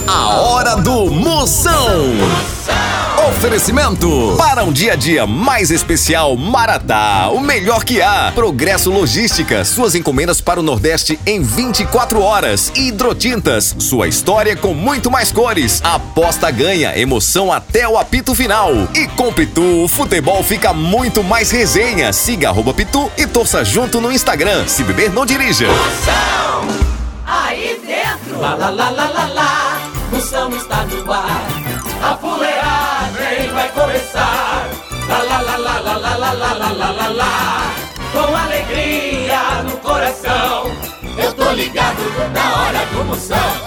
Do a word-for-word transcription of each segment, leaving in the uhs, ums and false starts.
A hora do Moção. Oferecimento para um dia a dia mais especial, Maratá, o melhor que há. Progresso Logística, suas encomendas para o Nordeste em vinte e quatro horas. Hidrotintas, sua história com muito mais cores. Aposta ganha, emoção até o apito final. E com Pitu, o futebol fica muito mais resenha. Siga arroba Pitu e torça junto no Instagram. Se beber, não dirija. Moção, aí dentro, lá lá lá lá lá lá, Moção está no ar. A fuleagem vai começar. Lá lá lá lá lá lá lá lá lá lá lá lá. Com alegria no coração, eu tô ligado na hora do Moção.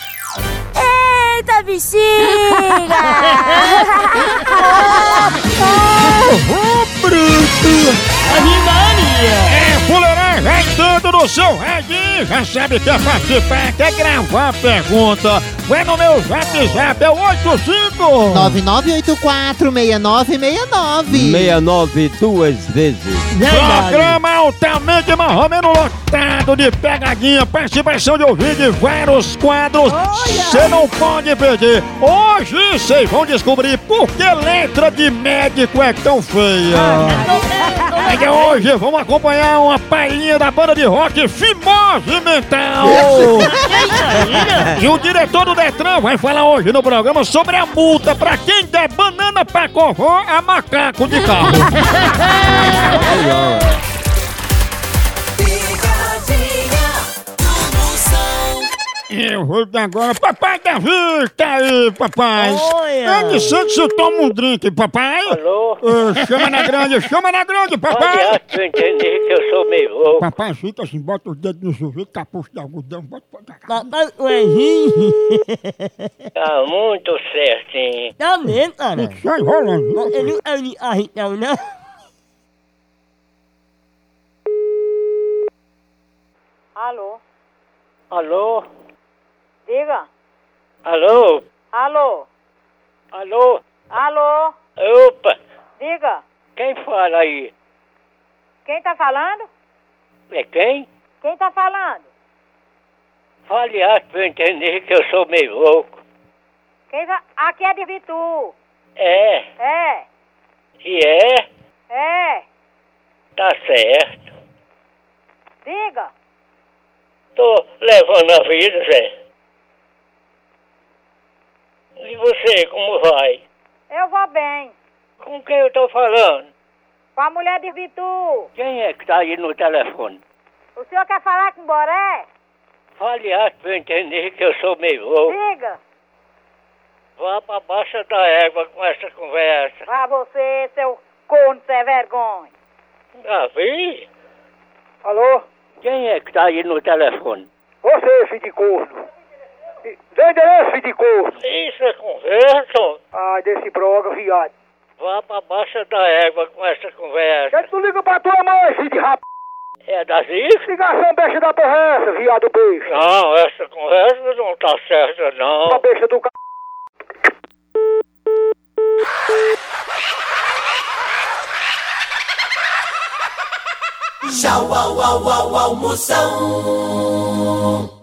Eita, bexiga! Ô, bruto! É fuleiragem, é tudo no seu radinho. Já sabe que é participar, quer gravar a pergunta. Vai no meu zap zap, é o oito cinco nove nove oito quatro seis nove seis nove seis nove duas vezes. Programa altamente marromeno lotado de pegadinha, participação de ouvir de vários quadros. Você não pode perder. Hoje vocês vão descobrir por que letra de médico é tão feia. Mas hoje vamos acompanhar uma palhinha da banda de rock Fimose Mental. E o diretor do Detran vai falar hoje no programa sobre a multa pra quem der banana pra covô a macaco de carro. Eu vou dar agora. Papai Davi, tá aí, papai. Antes Santos, você toma um drink, papai. Alô? Uh, chama na grande, chama na grande, papai. Olha, tu entender que eu sou meio louco. Papai, fica assim, bota os dedos no chuveiro, capucho de algodão, bota pra cá. Papai, o Henrique. Tá muito certinho. Tá mesmo, cara? Fica só enrolando. Ele, ele, ele, não, não. Alô? Alô? Diga. Alô? Alô? Alô? Alô? Opa! Diga. Quem fala aí? Quem tá falando? É quem? Quem tá falando? Fale alto pra eu entender que eu sou meio louco. Quem tá... Aqui é de Vitu. É? É. E é? É. Tá certo. Diga. Tô levando a vida, Zé. E você, como vai? Eu vou bem. Com quem eu tô falando? Com a mulher de Vitu. Quem é que tá aí no telefone? O senhor quer falar com o Boré? Fale alto pra eu entender que eu sou meio louco. Diga. Vá pra baixa da égua com essa conversa. Vá você, seu corno sem vergonha. Davi? Alô? Quem é que tá aí no telefone? Você, filho de corno. Dê endereço, filho de corno. Isso é conversa? Ai, desse broga, viado. Vá pra baixa da égua com essa conversa. Que tu liga pra tua mãe, filho de rap... É da Zica? Ligação besta da porra é essa, viado beijo. Não, essa conversa não tá certa, não. A besta do c... Tchau, au, au, au, au, Moção.